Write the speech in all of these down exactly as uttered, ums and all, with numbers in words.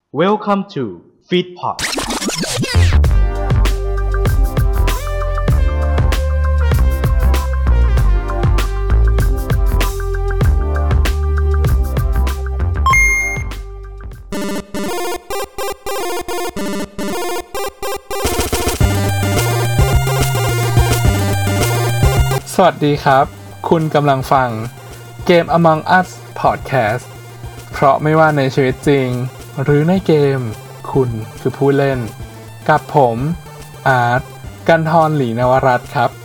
Welcome to Feedpot สวัสดีครับคุณกำลังฟังเกม Among Us Podcast เพราะไม่ว่าในชีวิตจริงหรือในเกมคุณคือผู้เล่นกับผมอาร์ตกันทรหลีนวรัตน์ครับ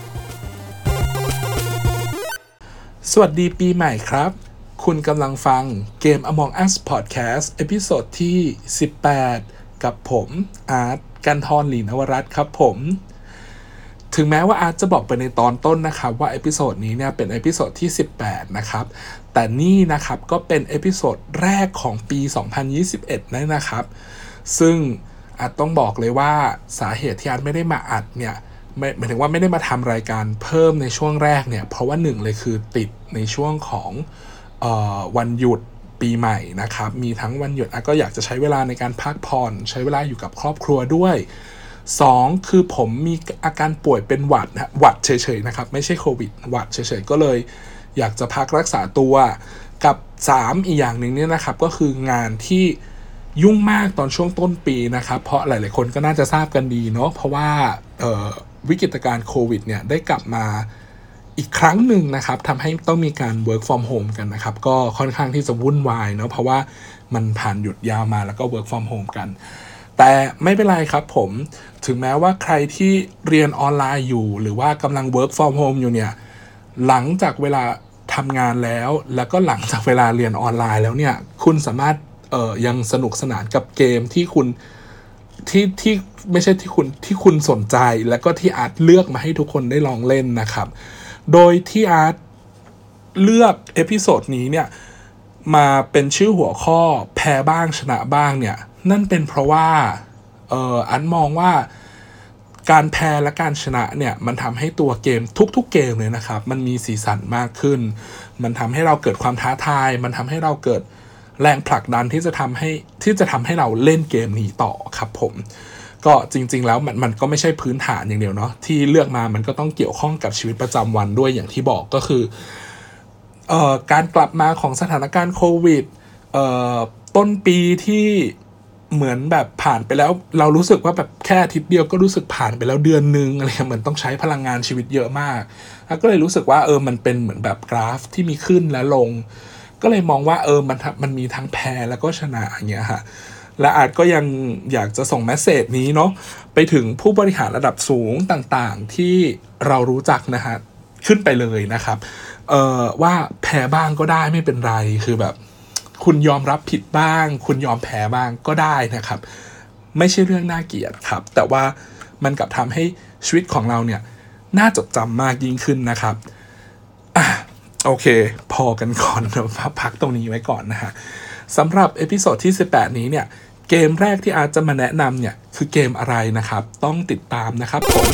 สวัสดีปีใหม่ครับคุณกำลังฟังเกม Among Us Podcast เอพิโซดที่สิบแปดกับผมอาร์ตกันทรหลีนวรัตน์ครับผมถึงแม้ว่าอาร์ตจะบอกไปในตอนต้นนะครับว่าเอพิโซดนี้เนี่ยเป็นเอพิโซดที่สิบแปดนะครับแต่นี่นะครับก็เป็นเอพิโซดแรกของปีสองพันยี่สิบเอ็ดนั่นนะครับซึ่งอาร์ตต้องบอกเลยว่าสาเหตุที่อาร์ตไม่ได้มาอัดเนี่ยไม่หมายถึงว่าไม่ได้มาทำรายการเพิ่มในช่วงแรกเนี่ยเพราะว่าหนึ่งเลยคือติดในช่วงของเอ่อวันหยุดปีใหม่นะครับมีทั้งวันหยุดอาร์ตก็อยากจะใช้เวลาในการพักผ่อนใช้เวลาอยู่กับครอบครัวด้วยสองคือผมมีอาการป่วยเป็นหวัดนะหวัดเฉยๆนะครับไม่ใช่โควิดหวัดเฉยๆก็เลยอยากจะพักรักษาตัวกับสามอีกอย่างหนึ่งเนี่ยนะครับก็คืองานที่ยุ่งมากตอนช่วงต้นปีนะครับเพราะหลายๆคนก็น่าจะทราบกันดีเนาะเพราะว่าวิกฤตการณ์โควิดเนี่ยได้กลับมาอีกครั้งหนึ่งนะครับทำให้ต้องมีการ work from home กันนะครับก็ค่อนข้างที่จะวุ่นวายเนาะเพราะว่ามันผ่านหยุดยาวมาแล้วก็ work from home กันแต่ไม่เป็นไรครับผมถึงแม้ว่าใครที่เรียนออนไลน์อยู่หรือว่ากำลัง work from home อยู่เนี่ยหลังจากเวลาทำงานแล้วแล้วก็หลังจากเวลาเรียนออนไลน์แล้วเนี่ยคุณสามารถเอ่อยังสนุกสนานกับเกมที่คุณที่ที่ไม่ใช่ที่คุณที่คุณสนใจแล้วก็ที่อาร์ตเลือกมาให้ทุกคนได้ลองเล่นนะครับโดยที่อาร์ตเลือกเอพิโซดนี้เนี่ยมาเป็นชื่อหัวข้อแพ้บ้างชนะบ้างเนี่ยนั่นเป็นเพราะว่าเอ่ออันมองว่าการแพ้และการชนะเนี่ยมันทำให้ตัวเกมทุกๆเกมเลยนะครับมันมีสีสันมากขึ้นมันทำให้เราเกิดความท้าทายมันทำให้เราเกิดแรงผลักดันที่จะทำให้ที่จะทำให้เราเล่นเกมนี้ต่อครับผมก็จริงๆแล้วมันมันก็ไม่ใช่พื้นฐานอย่างเดียวเนาะที่เลือกมามันก็ต้องเกี่ยวข้องกับชีวิตประจำวันด้วยอย่างที่บอกก็คือเอ่อการกลับมาของสถานการณ์โควิดเอ่อต้นปีที่เหมือนแบบผ่านไปแล้วเรารู้สึกว่าแบบแค่อาทิตย์เดียวก็รู้สึกผ่านไปแล้วเดือนนึงอะไรเหมือนต้องใช้พลังงานชีวิตเยอะมากก็เลยรู้สึกว่าเออมันเป็นเหมือนแบบกราฟที่มีขึ้นและลงก็เลยมองว่าเออมันมันมีทั้งแพ้แล้วก็ชนะอย่างเงี้ยฮะและอาจก็ยังอยากจะส่งเมสเสจนี้เนาะไปถึงผู้บริหารระดับสูงต่างๆที่เรารู้จักนะฮะขึ้นไปเลยนะครับเอ่อว่าแพ้บ้างก็ได้ไม่เป็นไรคือแบบคุณยอมรับผิดบ้างคุณยอมแพ้บ้างก็ได้นะครับไม่ใช่เรื่องน่าเกลียดครับแต่ว่ามันกลับทำให้ชีวิตของเราเนี่ยน่าจดจำมากยิ่งขึ้นนะครับอ่ะโอเคพอกันก่อนเดี๋ยวพักตรงนี้ไว้ก่อนนะฮะสำหรับเอพิโซดที่สิบแปดนี้เนี่ยเกมแรกที่อาจจะมาแนะนำเนี่ยคือเกมอะไรนะครับต้องติดตามนะครับผม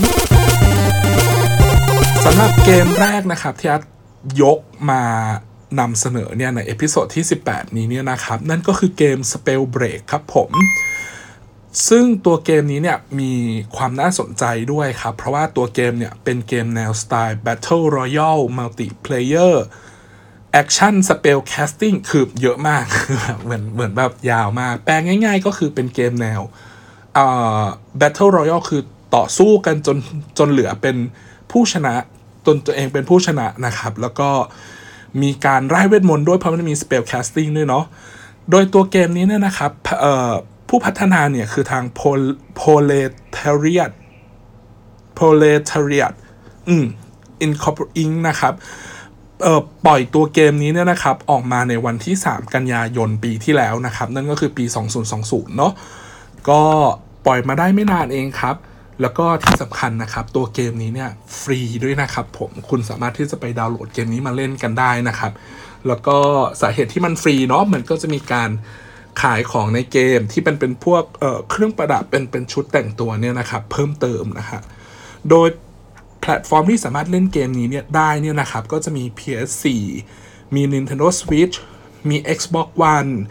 สำหรับเกมแรกนะครับที่อาจยกมานำเสนอเนี่ยในเอพิโซดที่สิบแปดนี้เนี่ยนะครับนั่นก็คือเกม Spellbreak ครับผมซึ่งตัวเกมนี้เนี่ยมีความน่าสนใจด้วยครับเพราะว่าตัวเกมเนี่ยเป็นเกมแนวสไตล์ Battle Royale Multiplayer Action Spell Casting คือเยอะมาก เหมือนเหมือนแบบยาวมากแปลง่ายๆก็คือเป็นเกมแนวเอ่อ Battle Royale คือต่อสู้กันจนจนเหลือเป็นผู้ชนะตนตัวเองเป็นผู้ชนะนะครับแล้วก็มีการไร้เวทมนต์ด้วยเพราะมันมี spell casting ด้วยเนาะโดยตัวเกมนี้เนี่ยนะครับเอ่อผู้พัฒนาเนี่ยคือทาง Proletariat Proletariat อืม Incorporated นะครับเอ่อปล่อยตัวเกมนี้เนี่ยนะครับออกมาในวันที่สามกันยายนปีที่แล้วนะครับนั่นก็คือปีสองพันยี่สิบเนาะก็ปล่อยมาได้ไม่นานเองครับแล้วก็ที่สำคัญนะครับตัวเกมนี้เนี่ยฟรีด้วยนะครับผมคุณสามารถที่จะไปดาวน์โหลดเกมนี้มาเล่นกันได้นะครับแล้วก็สาเหตุที่มันฟรีเนาะมันก็จะมีการขายของในเกมที่เป็นเป็นพวกเอ่อเครื่องประดับเป็นเป็นชุดแต่งตัวเนี่ยนะครับเพิ่มเติมนะฮะโดยแพลตฟอร์มที่สามารถเล่นเกมนี้เนี่ยได้เนี่ยนะครับก็จะมี พี เอส โฟร์ มี Nintendo Switch มี Xbox One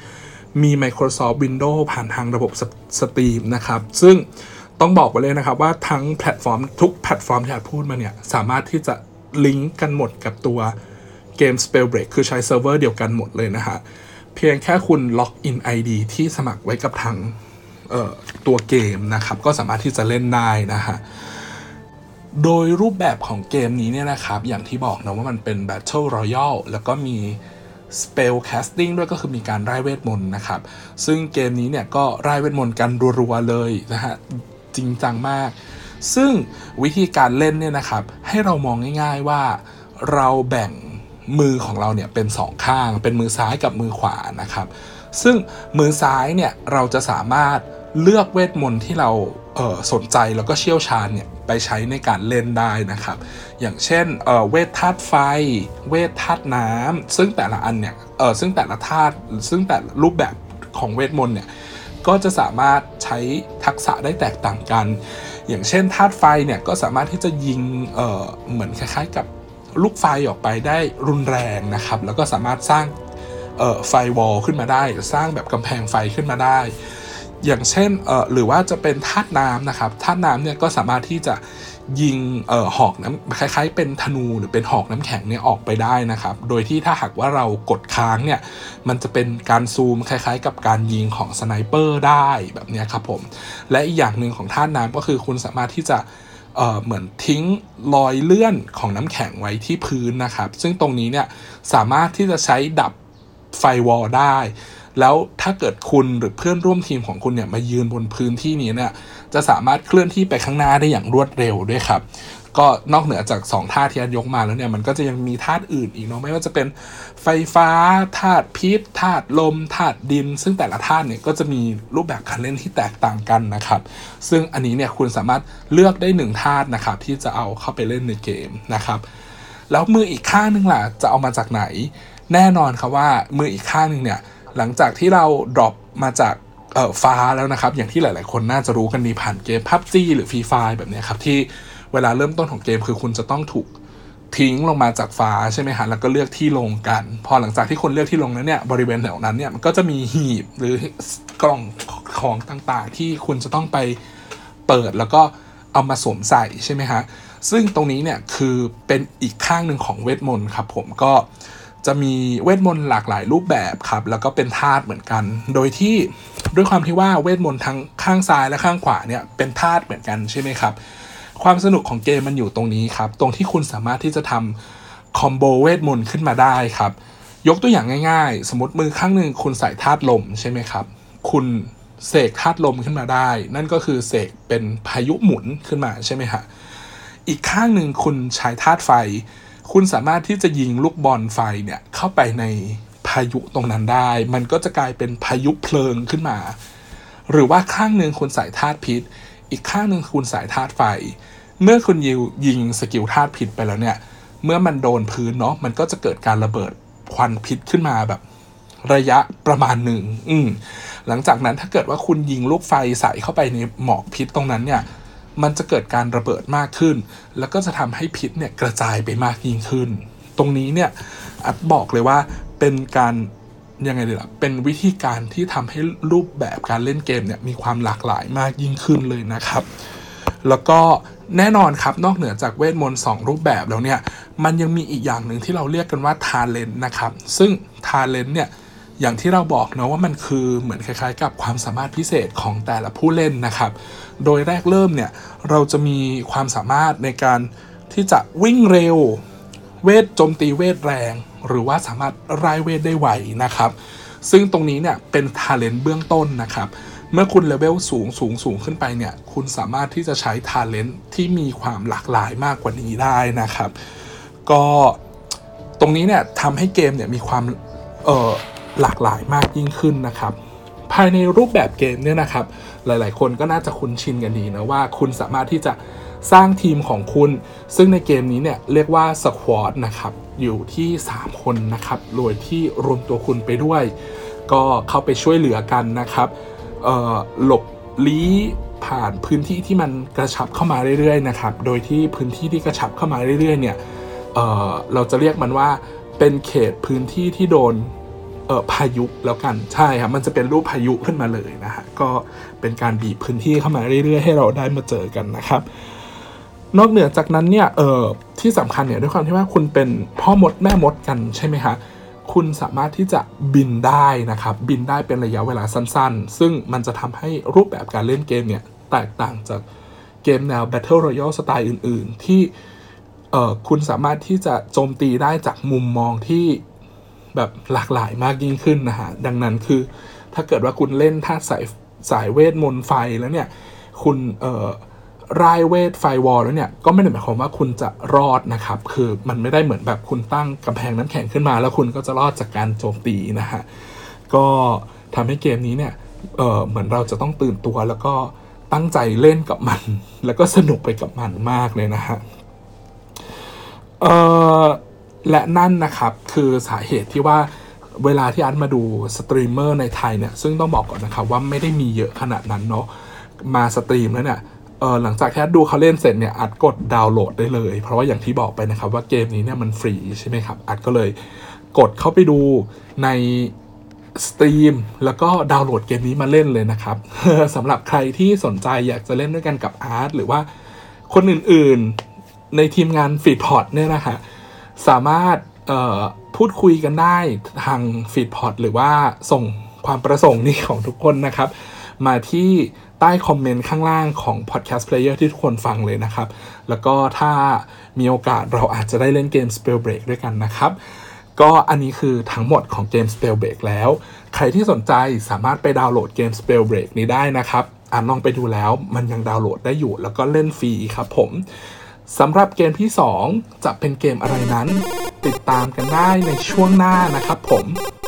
มี Microsoft Windows ผ่านทางระบบ Steam นะครับซึ่งต้องบอกไว้เลยนะครับว่าทั้งแพลตฟอร์มทุกแพลตฟอร์มที่อาจพูดมาเนี่ยสามารถที่จะลิงก์กันหมดกับตัวเกม Spellbreak คือใช้เซิร์ฟเวอร์เดียวกันหมดเลยนะฮะเพียงแค่คุณล็อกอิน ไอ ดี ที่สมัครไว้กับทางตัวเกมนะครับก็สามารถที่จะเล่นได้นะฮะโดยรูปแบบของเกมนี้เนี่ยนะครับอย่างที่บอกนะว่ามันเป็น Battle Royale แล้วก็มี Spell Casting ด้วยก็คือมีการไร้เวทมนต์นะครับซึ่งเกมนี้เนี่ยก็ไร้เวทมนต์กันรัวๆเลยนะฮะจริงจังมากซึ่งวิธีการเล่นเนี่ยนะครับให้เรามองง่ายๆว่าเราแบ่งมือของเราเนี่ยเป็นสองข้างเป็นมือซ้ายกับมือขวานะครับซึ่งมือซ้ายเนี่ยเราจะสามารถเลือกเวทมนต์ที่เราเอ่อสนใจแล้วก็เชี่ยวชาญเนี่ยไปใช้ในการเล่นได้นะครับอย่างเช่นเอ่อเวทธาตุไฟเวทธาตุน้ำซึ่งแต่ละอันเนี่ยเอ่อซึ่งแต่ละธาตุซึ่งแต่รูปแบบของเวทมนต์เนี่ยก็จะสามารถใช้ทักษะได้แตกต่างกันอย่างเช่นธาตุไฟเนี่ยก็สามารถที่จะยิงเอ่อเหมือนคล้ายๆกับลูกไฟออกไปได้รุนแรงนะครับแล้วก็สามารถสร้างเอ่อไฟวอลขึ้นมาได้สร้างแบบกำแพงไฟขึ้นมาได้อย่างเช่นเอ่อหรือว่าจะเป็นธาตุน้ำนะครับธาตุน้ำเนี่ยก็สามารถที่จะยิงเอ่อหอกน้ำคล้ายๆเป็นธนูหรือเป็นหอกน้ำแข็งเนี่ยออกไปได้นะครับโดยที่ถ้าหากว่าเรากดค้างเนี่ยมันจะเป็นการซูมคล้ายๆกับการยิงของสไนเปอร์ได้แบบนี้ครับผมและอีกอย่างหนึ่งของธาตุน้ำก็คือคุณสามารถที่จะเอ่อเหมือนทิ้งรอยเลื่อนของน้ำแข็งไว้ที่พื้นนะครับซึ่งตรงนี้เนี่ยสามารถที่จะใช้ดับไฟวอลได้แล้วถ้าเกิดคุณหรือเพื่อนร่วมทีมของคุณเนี่ยมายืนบนพื้นที่นี้เนี่ยจะสามารถเคลื่อนที่ไปข้างหน้าได้อย่างรวดเร็วด้วยครับก็นอกเหนือจากสองธาตุที่ยกมาแล้วเนี่ยมันก็จะยังมีธาตุอื่นอีกเนาะไม่ว่าจะเป็นไฟฟ้าธาตุพิษธาตุลมธาตุดินซึ่งแต่ละธาตุเนี่ยก็จะมีรูปแบบการเล่นที่แตกต่างกันนะครับซึ่งอันนี้เนี่ยคุณสามารถเลือกได้หนึ่งธาตุนะครับที่จะเอาเข้าไปเล่นในเกมนะครับแล้วมืออีกข้างนึงล่ะจะเอามาจากไหนแน่นอนครับว่ามืออีกข้างนึงเนี่ยหลังจากที่เราดรอปมาจากเอ่อฟ้าแล้วนะครับอย่างที่หลายๆคนน่าจะรู้กันดีผ่านเกม พับจี หรือ Free Fire แบบนี้ครับที่เวลาเริ่มต้นของเกมคือคุณจะต้องถูกทิ้งลงมาจากฟ้าใช่ไหมฮะแล้วก็เลือกที่ลงกันพอหลังจากที่คนเลือกที่ลงนั้นเนี่ยบริเวณแถวนั้นเนี่ยมันก็จะมีหีบหรือกล่องของต่างๆที่คุณจะต้องไปเปิดแล้วก็เอามาสวมใส่ใช่ไหมฮะซึ่งตรงนี้เนี่ยคือเป็นอีกข้างหนึ่งของเวทมนต์ครับผมก็จะมีเวทมนต์หลากหลายรูปแบบครับแล้วก็เป็นธาตุเหมือนกันโดยที่ด้วยความที่ว่าเวทมนต์ทั้งข้างซ้ายและข้างขวาเนี่ยเป็นธาตุเหมือนกันใช่ไหมครับความสนุกของเกมมันอยู่ตรงนี้ครับตรงที่คุณสามารถที่จะทำคอมโบเวทมนต์ขึ้นมาได้ครับยกตัวอย่างง่ายๆสมมติมือข้างหนึ่งคุณใส่ธาตุลมใช่ไหมครับคุณเสกธาตุลมขึ้นมาได้นั่นก็คือเสกเป็นพายุหมุนขึ้นมาใช่ไหมฮะอีกข้างหนึ่งคุณใช้ธาตุไฟคุณสามารถที่จะยิงลูกบอลไฟเนี่ยเข้าไปในพายุตรงนั้นได้มันก็จะกลายเป็นพายุเพลิงขึ้นมาหรือว่าข้างหนึ่งคุณใส่ธาตุพิษอีกข้างหนึ่งคุณใส่ธาตุไฟเมื่อคุณยิงยิงสกิลธาตุพิษไปแล้วเนี่ยเมื่อมันโดนพื้นเนาะมันก็จะเกิดการระเบิดควันพิษขึ้นมาแบบระยะประมาณหนึ่งอืมหลังจากนั้นถ้าเกิดว่าคุณยิงลูกไฟใส่เข้าไปในหมอกพิษตรงนั้นเนี่ยมันจะเกิดการระเบิดมากขึ้นแล้วก็จะทำให้พิษเนี่ยกระจายไปมากยิ่งขึ้นตรงนี้เนี่ยอัดบอกเลยว่าเป็นการยังไงดีล่ะเป็นวิธีการที่ทำให้รูปแบบการเล่นเกมเนี่ยมีความหลากหลายมากยิ่งขึ้นเลยนะครับแล้วก็แน่นอนครับนอกเหนือจากเวทมนต์สองรูปแบบแล้วเนี่ยมันยังมีอีกอย่างหนึ่งที่เราเรียกกันว่า Talent นะครับซึ่ง Talent เนี่ยอย่างที่เราบอกนะว่ามันคือเหมือนคล้ายๆกับความสามารถพิเศษของแต่ละผู้เล่นนะครับโดยแรกเริ่มเนี่ยเราจะมีความสามารถในการที่จะวิ่งเร็วเวทโจมตีเวทแรงหรือว่าสามารถไล่เวทได้ไวนะครับซึ่งตรงนี้เนี่ยเป็น Talent เบื้องต้นนะครับเมื่อคุณเลเวลสูงสูงสูงขึ้นไปเนี่ยคุณสามารถที่จะใช้ Talent ที่มีความหลากหลายมากกว่านี้ได้นะครับก็ตรงนี้เนี่ยทำให้เกมเนี่ยมีความเอ่อหลากหลายมากยิ่งขึ้นนะครับภายในรูปแบบเกมเนี่ยนะครับหลายๆคนก็น่าจะคุ้นชินกันดีนะว่าคุณสามารถที่จะสร้างทีมของคุณซึ่งในเกมนี้เนี่ยเรียกว่าสควอตนะครับอยู่ที่สามคนนะครับโดยที่รวมตัวคุณไปด้วยก็เข้าไปช่วยเหลือกันนะครับเอ่อหลบลี้ผ่านพื้นที่ที่มันกระชับเข้ามาเรื่อยๆนะครับโดยที่พื้นที่ที่กระชับเข้ามาเรื่อยๆเนี่ยเอ่อเราจะเรียกมันว่าเป็นเขตพื้นที่ที่โดนเออพายุแล้วกันใช่ครับมันจะเป็นรูปพายุขึ้นมาเลยนะฮะก็เป็นการบีบพื้นที่เข้ามาเรื่อยๆให้เราได้มาเจอกันนะครับนอกเหนือจากนั้นเนี่ยเออที่สำคัญเนี่ยด้วยความที่ว่าคุณเป็นพ่อมดแม่มดกันใช่ไหมฮะคุณสามารถที่จะบินได้นะครับบินได้เป็นระยะเวลาสั้นๆซึ่งมันจะทำให้รูปแบบการเล่นเกมเนี่ยแตกต่างจากเกมแนว Battle Royale สไตล์อื่นๆที่เอ่อคุณสามารถที่จะโจมตีได้จากมุมมองที่แบบหลากหลายมากยิ่งขึ้นนะฮะดังนั้นคือถ้าเกิดว่าคุณเล่นท่าสายสายเวทมนต์ไฟแล้วเนี่ยคุณเอ่อรายเวทไฟวอลแล้วเนี่ยก็ไม่ได้หมายความว่าคุณจะรอดนะครับคือมันไม่ได้เหมือนแบบคุณตั้งกำแพงน้ำแข็งขึ้นมาแล้วคุณก็จะรอดจากการโจมตีนะฮะก็ทำให้เกมนี้เนี่ยเอ่อเหมือนเราจะต้องตื่นตัวแล้วก็ตั้งใจเล่นกับมันแล้วก็สนุกไปกับมันมากเลยนะฮะเอ่อและนั่นนะครับคือสาเหตุที่ว่าเวลาที่อันมาดูสตรีมเมอร์ในไทยเนี่ยซึ่งต้องบอกก่อนนะครับว่าไม่ได้มีเยอะขนาดนั้นเนาะมาสตรีมแล้วเนี่ยเออหลังจากที่ดูเขาเล่นเสร็จเนี่ยอัดกดดาวน์โหลดได้เลยเพราะว่าอย่างที่บอกไปนะครับว่าเกมนี้เนี่ยมันฟรีใช่ไหมครับอัดก็เลยกดเข้าไปดูในสตรีมแล้วก็ดาวน์โหลดเกมนี้มาเล่นเลยนะครับ สำหรับใครที่สนใจอยากจะเล่นด้วยกันกับอาร์ตหรือว่าคนอื่นๆในทีมงานฟีดพอร์ตเนี่ยนะฮะสามารถพูดคุยกันได้ทางฟีดพอร์ตหรือว่าส่งความประสงค์นี้ของทุกคนนะครับมาที่ใต้คอมเมนต์ข้างล่างของ Podcast Player ที่ทุกคนฟังเลยนะครับแล้วก็ถ้ามีโอกาสเราอาจจะได้เล่นเกม Spellbreak ด้วยกันนะครับก็อันนี้คือทั้งหมดของเกม Spellbreak แล้วใครที่สนใจสามารถไปดาวน์โหลดเกม Spellbreak นี้ได้นะครับอ่านลองไปดูแล้วมันยังดาวน์โหลดได้อยู่แล้วก็เล่นฟรีครับผมสำหรับเกมที่สองจะเป็นเกมอะไรนั้นติดตามกันได้ในช่วงหน้านะครับผม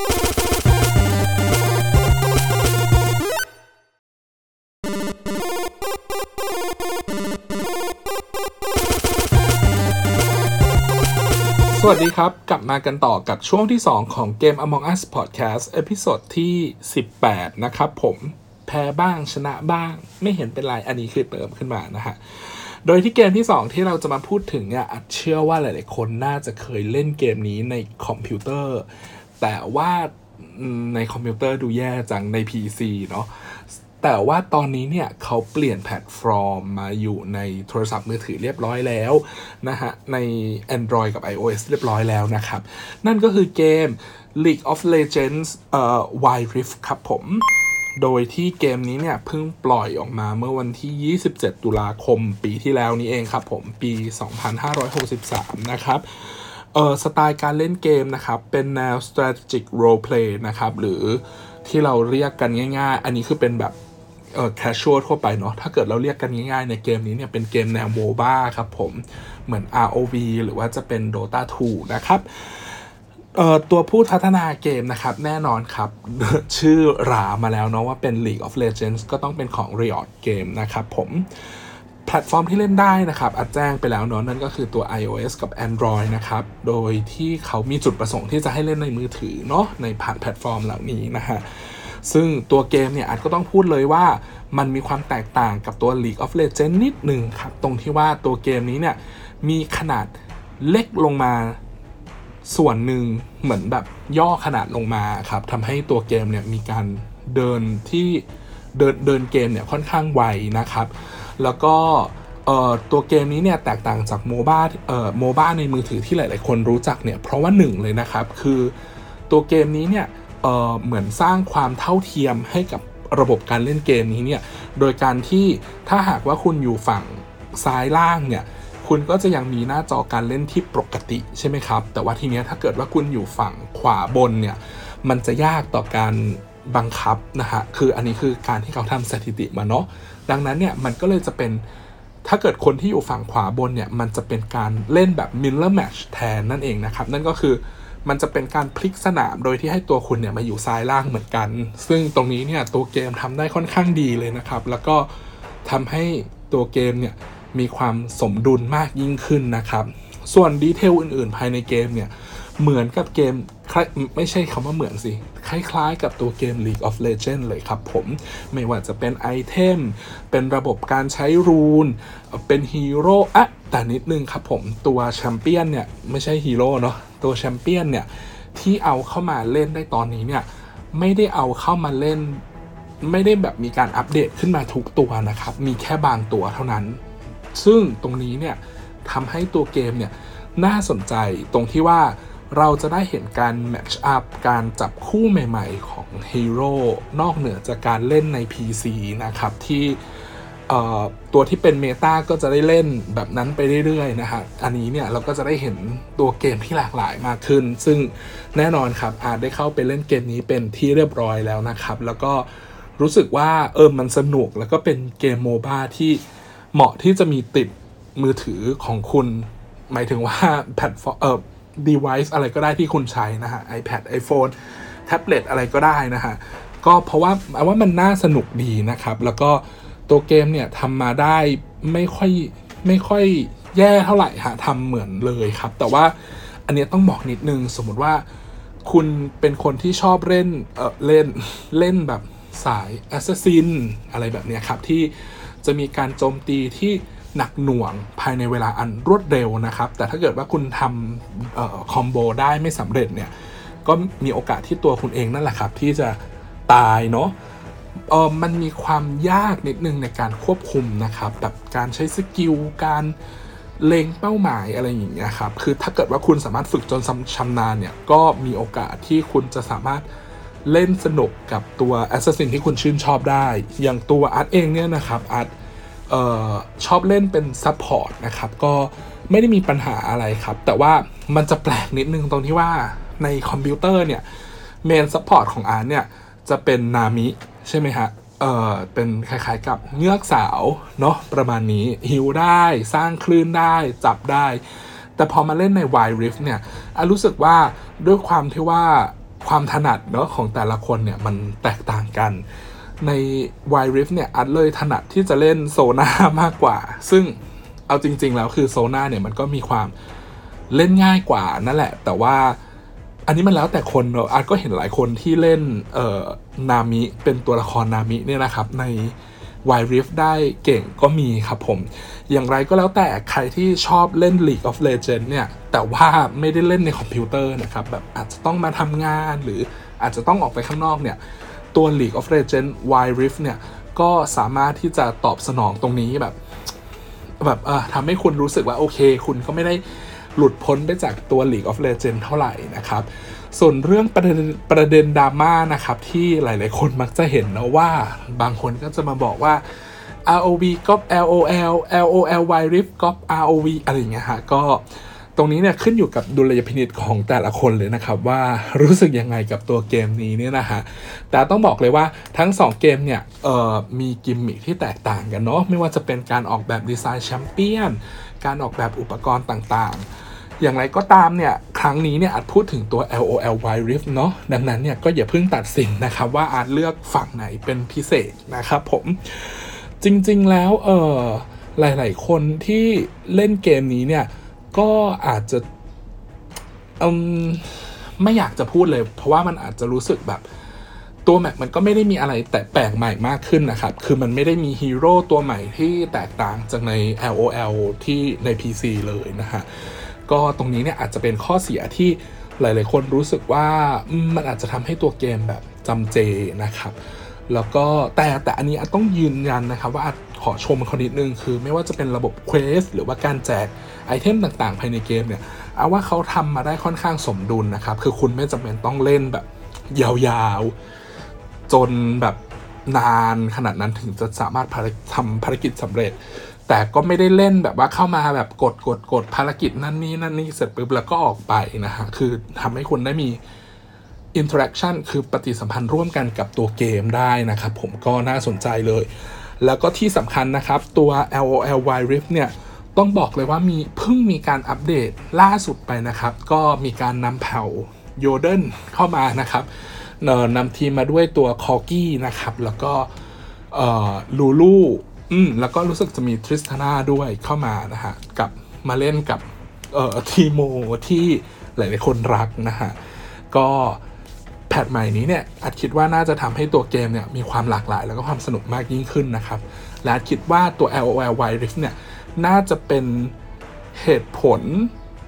สวัสดีครับกลับมากันต่อกับช่วงที่สองของเกม Among Us Podcast เอพิโซดที่สิบแปดนะครับผมแพ้บ้างชนะบ้างไม่เห็นเป็นไรอันนี้คือเติมขึ้นมานะฮะโดยที่เกมที่สองที่เราจะมาพูดถึงเนี่ยอัดเชื่อว่าหลายๆคนน่าจะเคยเล่นเกมนี้ในคอมพิวเตอร์แต่ว่าในคอมพิวเตอร์ดูแย่จังใน พี ซี เนาะแต่ว่าตอนนี้เนี่ยเขาเปลี่ยนแพลตฟอร์มมาอยู่ในโทรศัพท์มือถือเรียบร้อยแล้วนะฮะใน Android กับ iOS เรียบร้อยแล้วนะครับนั่นก็คือเกม League of Legends เอ่อ Wild Rift ครับผมโดยที่เกมนี้เนี่ยเพิ่งปล่อยออกมาเมื่อวันที่ยี่สิบเจ็ดตุลาคมปีที่แล้วนี้เองครับผมปีสองพันห้าร้อยหกสิบสามนะครับเอ่อสไตล์การเล่นเกมนะครับเป็นแนว strategic role play นะครับหรือที่เราเรียกกันง่ายๆอันนี้คือเป็นแบบเอ่อ casual ทั่วไปเนาะถ้าเกิดเราเรียกกันง่ายๆในเกมนี้เนี่ยเป็นเกมแนว โมบ้า ครับผมเหมือน อาร์ โอ วี หรือว่าจะเป็น โดตา ทู นะครับเอ่อตัวผู้พัฒนาเกมนะครับแน่นอนครับ ชื่อหรามาแล้วเนาะว่าเป็น League of Legends ก็ต้องเป็นของ Riot Game นะครับผมแพลตฟอร์มที่เล่นได้นะครับอัดแจ้งไปแล้วเนาะนั่นก็คือตัว iOS กับ Android นะครับโดยที่เขามีจุดประสงค์ที่จะให้เล่นในมือถือเนาะในผ่านแพลตฟอร์มเหล่านี้นะฮะซึ่งตัวเกมเนี่ยอาจก็ต้องพูดเลยว่ามันมีความแตกต่างกับตัว League of Legends นิดนึงครับตรงที่ว่าตัวเกมนี้เนี่ยมีขนาดเล็กลงมาส่วนหนึ่งเหมือนแบบย่อขนาดลงมาครับทำให้ตัวเกมเนี่ยมีการเดินที่เดินเดินเกมเนี่ยค่อนข้างไวนะครับแล้วก็เอ่อตัวเกมนี้เนี่ยแตกต่างจากโมบ้าเอ่อโมบ้าในมือถือที่หลายๆคนรู้จักเนี่ยเพราะว่าหนึ่งเลยนะครับคือตัวเกมนี้เนี่ยเอ่อเหมือนสร้างความเท่าเทียมให้กับระบบการเล่นเกมนี้เนี่ยโดยการที่ถ้าหากว่าคุณอยู่ฝั่งซ้ายล่างเนี่ยคุณก็จะยังมีหน้าจอการเล่นที่ปกติใช่ไหมครับแต่ว่าทีเนี้ยถ้าเกิดว่าคุณอยู่ฝั่งขวาบนเนี่ยมันจะยากต่อการบังคับนะฮะคืออันนี้คือการที่เขาทำสถิติมาเนาะดังนั้นเนี่ยมันก็เลยจะเป็นถ้าเกิดคนที่อยู่ฝั่งขวาบนเนี่ยมันจะเป็นการเล่นแบบ mirror match แทนนั่นเองนะครับนั่นก็คือมันจะเป็นการพลิกสนามโดยที่ให้ตัวคุณเนี่ยมาอยู่ซ้ายล่างเหมือนกันซึ่งตรงนี้เนี่ยตัวเกมทำได้ค่อนข้างดีเลยนะครับแล้วก็ทำให้ตัวเกมเนี่ยมีความสมดุลมากยิ่งขึ้นนะครับส่วนดีเทลอื่นๆภายในเกมเนี่ยเหมือนกับเกมไม่ใช่คำว่าเหมือนสิคล้ายๆกับตัวเกม League of Legends เลยครับผมไม่ว่าจะเป็นไอเทมเป็นระบบการใช้รูนเป็นฮีโร่อะแต่นิดนึงครับผมตัวแชมเปี้ยนเนี่ยไม่ใช่ฮีโร่เนาะตัวแชมเปี้ยนเนี่ยที่เอาเข้ามาเล่นได้ตอนนี้เนี่ยไม่ได้เอาเข้ามาเล่นไม่ได้แบบมีการอัปเดตขึ้นมาทุกตัวนะครับมีแค่บางตัวเท่านั้นซึ่งตรงนี้เนี่ยทำให้ตัวเกมเนี่ยน่าสนใจตรงที่ว่าเราจะได้เห็นการแมทช์อัพการจับคู่ใหม่ๆของฮีโร่นอกเหนือจากการเล่นใน พี ซี นะครับที่ตัวที่เป็นเมตาก็จะได้เล่นแบบนั้นไปเรื่อยๆนะฮะอันนี้เนี่ยเราก็จะได้เห็นตัวเกมที่หลากหลายมากขึ้นซึ่งแน่นอนครับอาจได้เข้าไปเล่นเกมนี้เป็นที่เรียบร้อยแล้วนะครับแล้วก็รู้สึกว่าเออมันสนุกแล้วก็เป็นเกมโมบ้าที่เหมาะที่จะมีติดมือถือของคุณหมายถึงว่าแพลตฟอร์มเอ่อ device อะไรก็ได้ที่คุณใช้นะฮะ iPad iPhone แท็บเล็ตอะไรก็ได้นะฮะก็เพราะว่าเอาว่ามันน่าสนุกดีนะครับแล้วก็ตัวเกมเนี่ยทำมาได้ไม่ค่อยไม่ค่อยแย่เท่าไหร่ฮะทำเหมือนเลยครับแต่ว่าอันนี้ต้องบอกนิดนึงสมมุติว่าคุณเป็นคนที่ชอบเล่นเออเล่นเล่นแบบสาย Assassin อะไรแบบนี้ครับที่จะมีการโจมตีที่หนักหน่วงภายในเวลาอันรวดเร็วนะครับแต่ถ้าเกิดว่าคุณทำเอ่อคอมโบได้ไม่สำเร็จเนี่ยก็มีโอกาสที่ตัวคุณเองนั่นแหละครับที่จะตายเนาะเออมันมีความยากนิดนึงในการควบคุมนะครับแบบการใช้สกิลการเล็งเป้าหมายอะไรอย่างเงี้ยครับคือถ้าเกิดว่าคุณสามารถฝึกจนชำนาญเนี่ยก็มีโอกาสที่คุณจะสามารถเล่นสนุกกับตัว Assassin ที่คุณชื่นชอบได้อย่างตัวอาร์ตเองเนี่ยนะครับอาร์ตเอ่อชอบเล่นเป็นซัพพอร์ตนะครับก็ไม่ได้มีปัญหาอะไรครับแต่ว่ามันจะแปลกนิดนึงตรงที่ว่าในคอมพิวเตอร์เนี่ยเมนซัพพอร์ตของอาร์ตเนี่ยจะเป็นนามิใช่ไหมฮะเอ่อเป็นคล้ายๆกับเงือกสาวเนาะประมาณนี้ฮิวได้สร้างคลื่นได้จับได้แต่พอมาเล่นใน Wild Rift เนี่ยอารู้สึกว่าด้วยความที่ว่าความถนัดเนาะของแต่ละคนเนี่ยมันแตกต่างกันใน Wild Rift เนี่ยอัดเลยถนัดที่จะเล่นโซน่ามากกว่าซึ่งเอาจริงๆแล้วคือโซน่าเนี่ยมันก็มีความเล่นง่ายกว่านั่นแหละแต่ว่าอันนี้มันแล้วแต่คนเนอะอาร์ตก็เห็นหลายคนที่เล่นเอ่อนามิเป็นตัวละครนามิเนี่ยนะครับใน Wild Rift ได้เก่งก็มีครับผมอย่างไรก็แล้วแต่ใครที่ชอบเล่น League of Legends เนี่ยแต่ว่าไม่ได้เล่นในคอมพิวเตอร์นะครับแบบอาจจะต้องมาทำงานหรืออาจจะต้องออกไปข้างนอกเนี่ยตัว League of Legends Wild Rift เนี่ยก็สามารถที่จะตอบสนองตรงนี้แบบแบบเออทำให้คุณรู้สึกว่าโอเคคุณก็ไม่ได้หลุดพ้นไปจากตัว League of Legends เท่าไหร่นะครับส่วนเรื่องประเด็นประเด็นดราม่านะครับที่หลายๆคนมักจะเห็นนะว่าบางคนก็จะมาบอกว่า อาร์ โอ วี ก๊อป แอล โอ แอล แอล โอ แอล Wild Rift ก๊อป อาร์ โอ วี อะไรอย่างเงี้ยฮะก็ตรงนี้เนี่ยขึ้นอยู่กับดุลยพินิจของแต่ละคนเลยนะครับว่ารู้สึกยังไงกับตัวเกมนี้เนี่ยนะฮะแต่ต้องบอกเลยว่าทั้งสองเกมเนี่ยเอ่อมีกิมมิคที่แตกต่างกันเนาะไม่ว่าจะเป็นการออกแบบดีไซน์แชมเปี้ยนการออกแบบอุปกรณ์ต่างๆอย่างไรก็ตามเนี่ยครั้งนี้เนี่ยอาจพูดถึงตัว แอล โอ แอล Wild Rift เนาะดังนั้นเนี่ยก็อย่าเพิ่งตัดสินนะครับว่าอาจเลือกฝั่งไหนเป็นพิเศษนะครับผมจริงๆแล้วเออหลายๆคนที่เล่นเกมนี้เนี่ยก็อาจจะอืมไม่อยากจะพูดเลยเพราะว่ามันอาจจะรู้สึกแบบตัวแมปมันก็ไม่ได้มีอะไรแต่แปลกใหม่มากขึ้นนะครับคือมันไม่ได้มีฮีโร่ตัวใหม่ที่แตกต่างจากใน แอล โอ แอล ที่ใน พี ซี เลยนะฮะก็ตรงนี้เนี่ยอาจจะเป็นข้อเสียที่หลายๆคนรู้สึกว่ามันอาจจะทำให้ตัวเกมแบบจำเจนะครับแล้วก็แต่แต่อันนี้ต้องยืนยันนะครับว่าขอชมคนนิดนึงคือไม่ว่าจะเป็นระบบเควสหรือว่าการแจกไอเทมต่างๆภายในเกมเนี่ยเอาว่าเขาทำมาได้ค่อนข้างสมดุลนะครับคือคุณไม่จำเป็นต้องเล่นแบบยาวๆจนแบบนานขนาดนั้นถึงจะสามารถทำภารกิจสำเร็จแต่ก็ไม่ได้เล่นแบบว่าเข้ามาแบบกดกดกดภารกิจนั่นนี่นั่นนี่เสร็จปุ๊บแล้วก็ออกไปนะฮะคือทำให้คุณได้มีinteraction คือปฏิสัมพันธ์ร่วมกันกับตัวเกมได้นะครับผมก็น่าสนใจเลยแล้วก็ที่สำคัญนะครับตัว แอล โอ แอล Wild Rift เนี่ยต้องบอกเลยว่ามีเพิ่งมีการอัปเดตล่าสุดไปนะครับก็มีการนำเผ่าโยเดนเข้ามานะครับนำทีมมาด้วยตัวคอร์กี้นะครับแล้วก็ลูลูอืมแล้วก็รู้สึกจะมีทริสตาน่าด้วยเข้ามานะฮะกับมาเล่นกับทีโมที่หลายๆคนรักนะฮะก็แพทใหม่นี้เนี่ยอาจคิดว่าน่าจะทำให้ตัวเกมเนี่ยมีความหลากหลายแล้วก็ความสนุกมากยิ่งขึ้นนะครับและคิดว่าตัว แอล โอ แอล Wild Rift เนี่ยน่าจะเป็นเหตุผล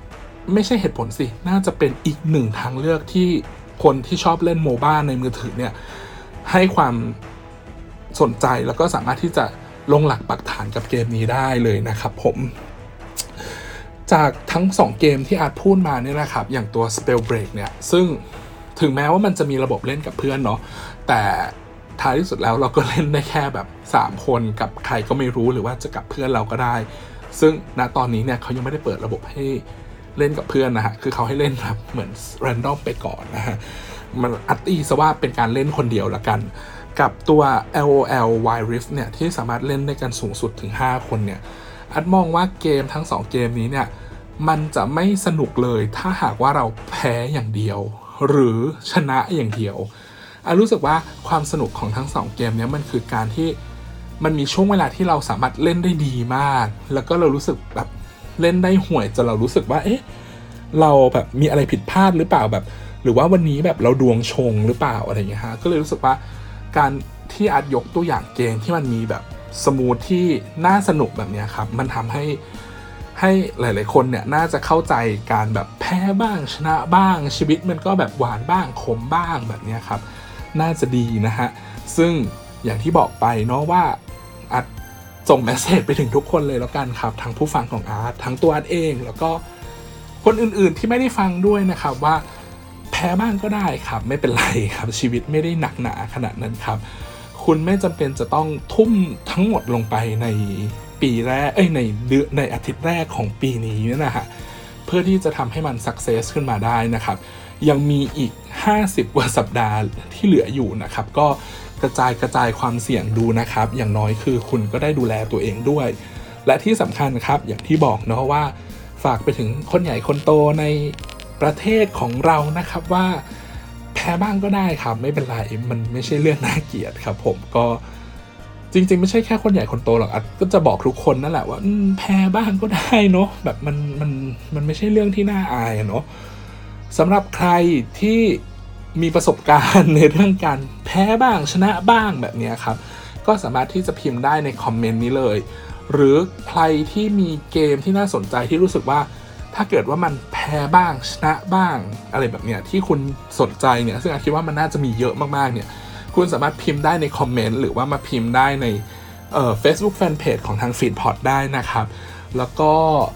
ไม่ใช่เหตุผลสิน่าจะเป็นอีกหนึ่งทางเลือกที่คนที่ชอบเล่นโมบ้าในมือถือเนี่ยให้ความสนใจแล้วก็สามารถที่จะลงหลักปักฐานกับเกมนี้ได้เลยนะครับผมจากทั้งสองเกมที่อาจพูดมาเนี่ยนะครับอย่างตัว Spellbreak เนี่ยซึ่งถึงแม้ว่ามันจะมีระบบเล่นกับเพื่อนเนาะแต่ท้ายที่สุดแล้วเราก็เล่นได้แค่แบบสามคนกับใครก็ไม่รู้หรือว่าจะกับเพื่อนเราก็ได้ซึ่งณตอนนี้เนี่ยเขายังไม่ได้เปิดระบบให้เล่นกับเพื่อนนะฮะคือเขาให้เล่นแบบเหมือน random ไปก่อนนะฮะมันอัตตีซะว่าเป็นการเล่นคนเดียวละกันกับตัว แอล โอ แอล Wild Rift เนี่ยที่สามารถเล่นได้กันสูงสุดถึงห้าคนเนี่ยอัดมองว่าเกมทั้งสองเกมนี้เนี่ยมันจะไม่สนุกเลยถ้าหากว่าเราแพ้อย่างเดียวหรือชนะอย่างเดียวอันรู้สึกว่าความสนุกของทั้งสองเกมนี้มันคือการที่มันมีช่วงเวลาที่เราสามารถเล่นได้ดีมากแล้วก็เรารู้สึกแบบเล่นได้ห่วยจนเรารู้สึกว่าเอ๊ะเราแบบมีอะไรผิดพลาดหรือเปล่าแบบหรือว่าวันนี้แบบเราดวงชงหรือเปล่าอะไรอย่างเงี้ยฮะก็เลยรู้สึกว่าการที่อาจยกตัวอย่างเกมที่มันมีแบบสมูทที่น่าสนุกแบบนี้ครับมันทำให้ให้หลายๆคนเนี่ยน่าจะเข้าใจการแบบแพ้บ้างชนะบ้างชีวิตมันก็แบบหวานบ้างขมบ้างแบบนี้ครับน่าจะดีนะฮะซึ่งอย่างที่บอกไปเนาะว่าอาจส่งเมสเสจไปถึงทุกคนเลยแล้วกันครับทั้งผู้ฟังของอาร์ตทั้งตัวอาร์ตเองแล้วก็คนอื่นๆที่ไม่ได้ฟังด้วยนะครับว่าแพ้บ้างก็ได้ครับไม่เป็นไรครับชีวิตไม่ได้หนักหนาขนาดนั้นครับคุณไม่จำเป็นจะต้องทุ่มทั้งหมดลงไปในปีแรกเอ้ยในเดือนในอาทิตย์แรกของปีนี้นะฮะเพื่อที่จะทำให้มันสักเซสขึ้นมาได้นะครับยังมีอีกห้าสิบกว่าสัปดาห์ที่เหลืออยู่นะครับก็กระจายกระจายความเสี่ยงดูนะครับอย่างน้อยคือคุณก็ได้ดูแลตัวเองด้วยและที่สำคัญครับอย่างที่บอกเนาะว่าฝากไปถึงคนใหญ่คนโตในประเทศของเรานะครับว่าแพ้บ้างก็ได้ครับไม่เป็นไรมันไม่ใช่เรื่องน่าเกลียดครับผมก็จริงๆไม่ใช่แค่คนใหญ่คนโตหรอกก็จะบอกทุกคนนั่นแหละว่าแพ้บ้างก็ได้เนาะแบบมันมันมันไม่ใช่เรื่องที่น่าอายเนาะสำหรับใครที่มีประสบการณ์ในเรื่องการแพ้บ้างชนะบ้างแบบนี้ครับก็สามารถที่จะพิมพ์ได้ในคอมเมนต์นี้เลยหรือใครที่มีเกมที่น่าสนใจที่รู้สึกว่าถ้าเกิดว่ามันแพ้บ้างชนะบ้างอะไรแบบเนี้ยที่คุณสนใจเนี่ยซึ่งอาคิดว่ามันน่าจะมีเยอะมากๆเนี่ยคุณสามารถพิมพ์ได้ในคอมเมนต์หรือว่ามาพิมพ์ได้ในเอ่อ Facebook Fanpage ของทาง Feedpot ได้นะครับแล้วก็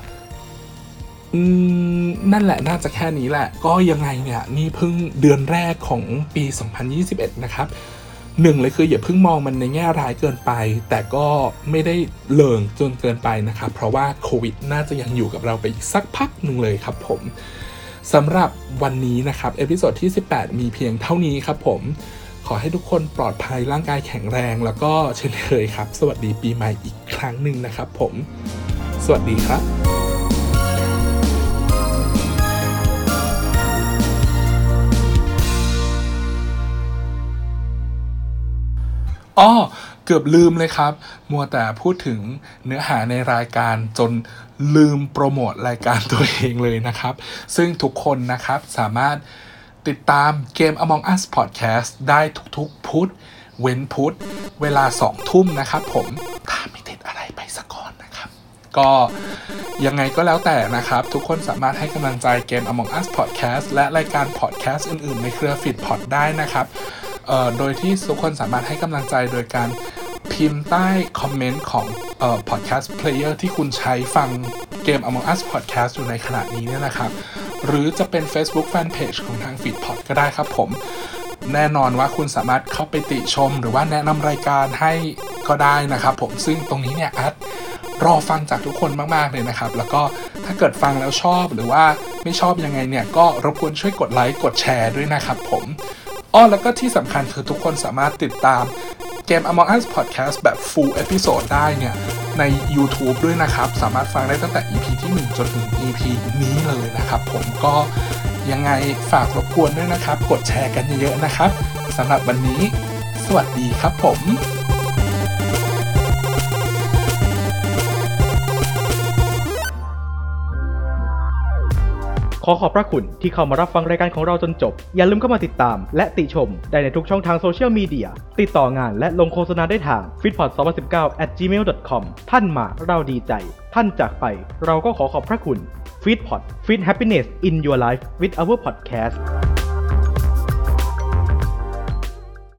นั่นแหละน่าจะแค่นี้แหละก็ยังไงเนี่ยนี่เพิ่งเดือนแรกของปีสองพันยี่สิบเอ็ดนะครับหนึ่งเลยคืออย่าเพิ่งมองมันในแง่ร้ายเกินไปแต่ก็ไม่ได้เลิงจนเกินไปนะครับเพราะว่าโควิดน่าจะยังอยู่กับเราไปอีกสักพักหนึ่งเลยครับผมสำหรับวันนี้นะครับเอพิโซดที่สิบแปดมีเพียงเท่านี้ครับผมขอให้ทุกคนปลอดภัยร่างกายแข็งแรงแล้วก็เช่นเคยครับสวัสดีปีใหม่อีกครั้งหนึ่งนะครับผมสวัสดีครับอ้อเกือบลืมเลยครับมัวแต่พูดถึงเนื้อหาในรายการจนลืมโปรโมทรายการตัวเองเลยนะครับซึ่งทุกคนนะครับสามารถติดตาม Game Among Us Podcast ได้ทุกๆพุธเว้นพุธเวลาสองทุ่มนะครับผมถ้าไม่ติดอะไรไปสักก่อนนะครับก็ยังไงก็แล้วแต่นะครับทุกคนสามารถให้กำลังใจ Game Among Us Podcast และรายการ Podcast อื่นๆในเครือ Feedpot ได้นะครับเอ่อโดยที่ทุกคนสามารถให้กำลังใจโดยการพิมพ์ใต้คอมเมนต์ของเอ่อ podcast player ที่คุณใช้ฟัง Game Among Us Podcast อยู่ในขณะนี้เนี่ยนะครับหรือจะเป็น Facebook Fanpage ของทาง Feedpot ก็ได้ครับผมแน่นอนว่าคุณสามารถเข้าไปติชมหรือว่าแนะนำรายการให้ก็ได้นะครับผมซึ่งตรงนี้เนี่ยอาร์ตรอฟังจากทุกคนมากๆเลยนะครับแล้วก็ถ้าเกิดฟังแล้วชอบหรือว่าไม่ชอบยังไงเนี่ยก็รบกวนช่วยกดไลค์กดแชร์ด้วยนะครับผมอ้อแล้วก็ที่สำคัญคือทุกคนสามารถติดตาม Game Among Us Podcast แบบ full episode ได้เนี่ยใน YouTube ด้วยนะครับสามารถฟังได้ตั้งแต่ อี พี ที่หนึ่งจนถึง อี พี นี้เลยนะครับผมก็ยังไงฝากรบกวนด้วยนะครับกดแชร์กันเยอะๆนะครับสำหรับวันนี้สวัสดีครับผมขอขอบพระคุณที่เข้ามารับฟังรายการของเราจนจบอย่าลืมเข้ามาติดตามและติชมได้ในทุกช่องทางโซเชียลมีเดียติดต่องานและลงโฆษณาได้ทาง ฟีดพอต สองพันสิบเก้า แอท จีเมล ดอท คอม ท่านมาเราดีใจท่านจากไปเราก็ขอขอบพระคุณ Feedpot Feed Happiness in Your Life with our podcast